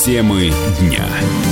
Темы дня.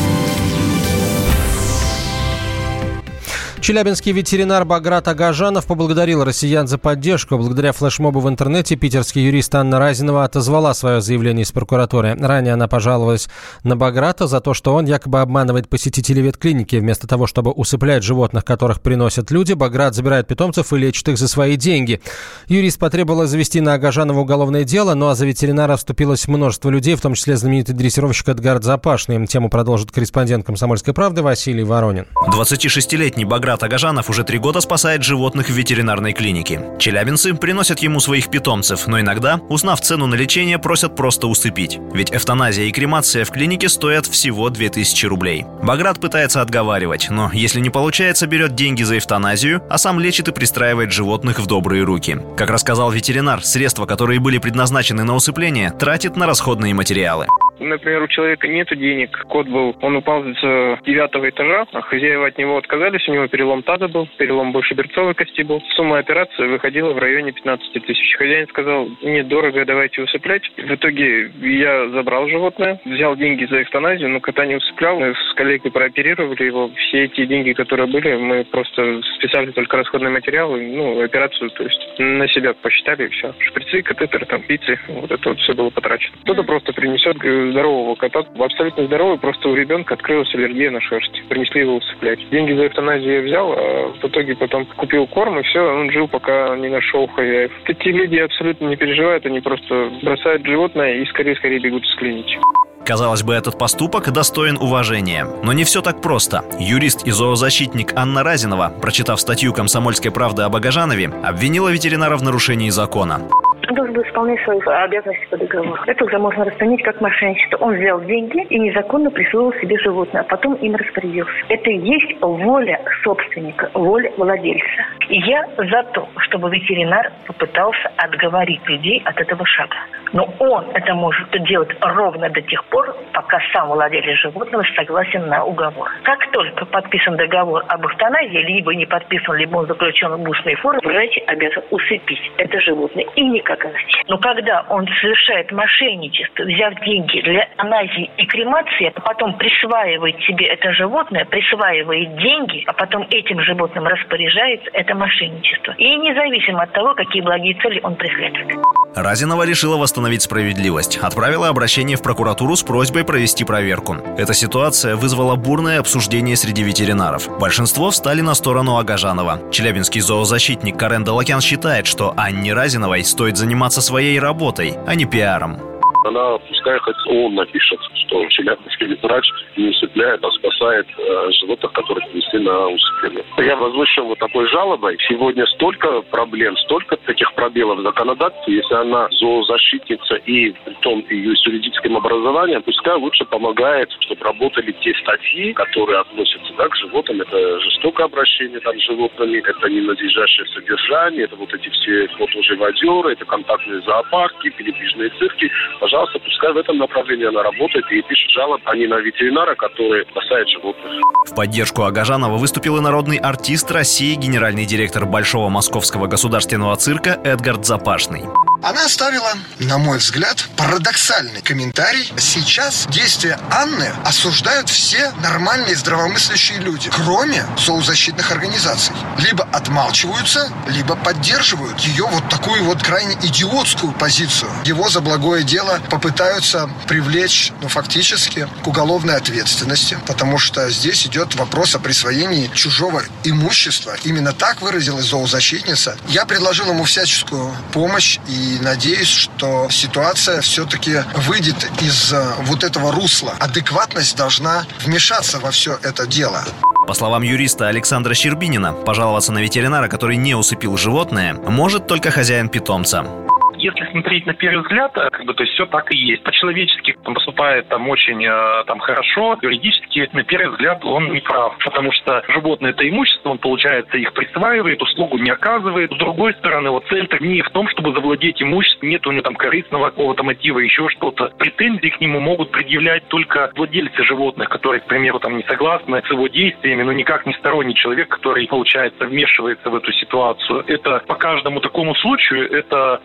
Челябинский ветеринар Баграт Агажанов поблагодарил россиян за поддержку. Благодаря флешмобу в интернете питерский юрист Анна Разинова отозвала свое заявление из прокуратуры. Ранее она пожаловалась на Баграта за то, что он якобы обманывает посетителей ветклиники. Вместо того, чтобы усыплять животных, которых приносят люди, Баграт забирает питомцев и лечит их за свои деньги. Юрист потребовала завести на Агажанова уголовное дело, ну а за ветеринара вступилось множество людей, в том числе знаменитый дрессировщик Эдгард Запашный. Тему продолжит корреспондент «Комсомольской правды» Василий Воронин. 26-летний Баграт Агажанов уже 3 года спасает животных в ветеринарной клинике. Челябинцы приносят ему своих питомцев, но иногда, узнав цену на лечение, просят просто усыпить. Ведь эвтаназия и кремация в клинике стоят всего 2000 рублей. Баграт пытается отговаривать, но если не получается, берет деньги за эвтаназию, а сам лечит и пристраивает животных в добрые руки. Как рассказал ветеринар, средства, которые были предназначены на усыпление, тратит на расходные материалы. Например, у человека нету денег, кот он упал с 9-го этажа, а хозяева от него отказались, у него перелом таза был, перелом большеберцовой кости был. Сумма операции выходила в районе 15 тысяч. Хозяин сказал: нет, дорого, давайте усыплять. В итоге я забрал животное, взял деньги за эвтаназию, но кота не усыплял. Мы с коллегой прооперировали его. Все эти деньги, которые были, мы просто списали только расходные материалы, операцию, то есть на себя посчитали и все. Шприцы, катетеры, пиццы, вот это вот все было потрачено. Кто-то просто принесет здорового кота, абсолютно здоровый, просто у ребенка открылась аллергия на шерсть. Принесли его усыплять. Деньги за эвтаназию я взял, а в итоге потом купил корм, и все, он жил, пока не нашел хозяев. Эти люди абсолютно не переживают, они просто бросают животное и скорее бегут из клиники. Казалось бы, этот поступок достоин уважения. Но не все так просто. Юрист и зоозащитник Анна Разинова, прочитав статью «Комсомольской правды» об Агажанове, обвинила ветеринара в нарушении закона. Он должен был исполнять свои обязанности по договору. Это уже можно расценить как мошенничество. Он взял деньги и незаконно присвоил себе животное, а потом им распорядился. Это и есть воля собственника, воля владельца. И я за то, чтобы ветеринар попытался отговорить людей от этого шага. Но он это может делать ровно до тех пор, пока сам владелец животного согласен на уговор. Как только подписан договор об эвтаназии, либо не подписан, либо он заключен в устной форме, врач обязан усыпить это животное и никак иначе. Но когда он совершает мошенничество, взяв деньги для эвтаназии и кремации, а потом присваивает себе это животное, присваивает деньги, а потом этим животным распоряжается, это мошенничество. И независимо от того, какие благие цели он преследует. Разинова решила восстановить справедливость. Отправила обращение в прокуратуру с просьбой провести проверку. Эта ситуация вызвала бурное обсуждение среди ветеринаров. Большинство встали на сторону Агажанова. Челябинский зоозащитник Карен Далакян считает, что Анне Разиновой стоит заниматься своей работой, а не пиаром. Она, пускай хоть он напишет, что челябинский врач не усыпляет, а спасает животных, которые принесли на усыпление. Я возмущен вот такой жалобой. Сегодня столько проблем, столько таких пробелов в законодательстве. Если она зоозащитница и притом ее с юридическим образованием, пускай лучше помогает, чтобы работали те статьи, которые относятся к животным. Это жестокое обращение с животными, это ненадлежащее содержание, это вот эти все фотоживодеры, это контактные зоопарки, передвижные цирки. Пожалуйста, пускай в этом направлении она работает и пишет жалоб, а не на ветеринара, который спасает животных. В поддержку Агажанова выступил и народный артист России, генеральный директор Большого Московского государственного цирка Эдгард Запашный. Она оставила, на мой взгляд, парадоксальный комментарий. Сейчас действия Анны осуждают все нормальные здравомыслящие люди, кроме зоозащитных организаций. Либо отмалчиваются, либо поддерживают ее вот такую вот крайне идиотскую позицию. Его за благое дело попытаются привлечь, фактически, к уголовной ответственности, потому что здесь идет вопрос о присвоении чужого имущества. Именно так выразилась зоозащитница. Я предложил ему всяческую помощь и надеюсь, что ситуация все-таки выйдет из вот этого русла. Адекватность должна вмешаться во все это дело. По словам юриста Александра Щербинина, пожаловаться на ветеринара, который не усыпил животное, может только хозяин питомца. Если смотреть на первый взгляд, то есть все так и есть. По-человечески поступает очень хорошо, юридически, на первый взгляд, он не прав. Потому что животное — это имущество, он, получается, их присваивает, услугу не оказывает. С другой стороны, цель-то не в том, чтобы завладеть имуществом, нет у него корыстного какого-то мотива, еще что-то. Претензии к нему могут предъявлять только владельцы животных, которые, к примеру, не согласны с его действиями, но никак не сторонний человек, который, получается, вмешивается в эту ситуацию. Это по каждому такому случаю, это договоренность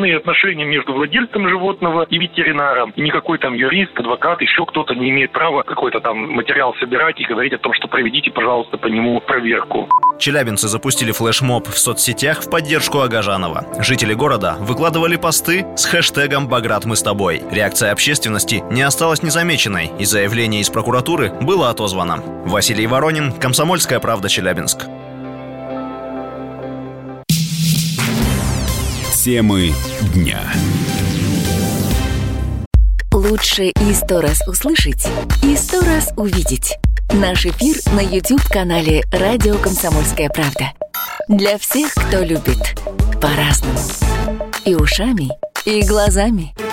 доверительные отношения между владельцем животного и ветеринаром. И никакой там юрист, адвокат, еще кто-то не имеет права какой-то там материал собирать и говорить о том, что проведите, пожалуйста, по нему проверку. Челябинцы запустили флешмоб в соцсетях в поддержку Агажанова. Жители города выкладывали посты с хэштегом «Баграт, мы с тобой». Реакция общественности не осталась незамеченной, и заявление из прокуратуры было отозвано. Василий Воронин, «Комсомольская правда», Челябинск. Темы дня. Лучше и 100 раз услышать, и 100 раз увидеть. Наш эфир на YouTube-канале «Радио Комсомольская правда». Для всех, кто любит по-разному. И ушами, и глазами.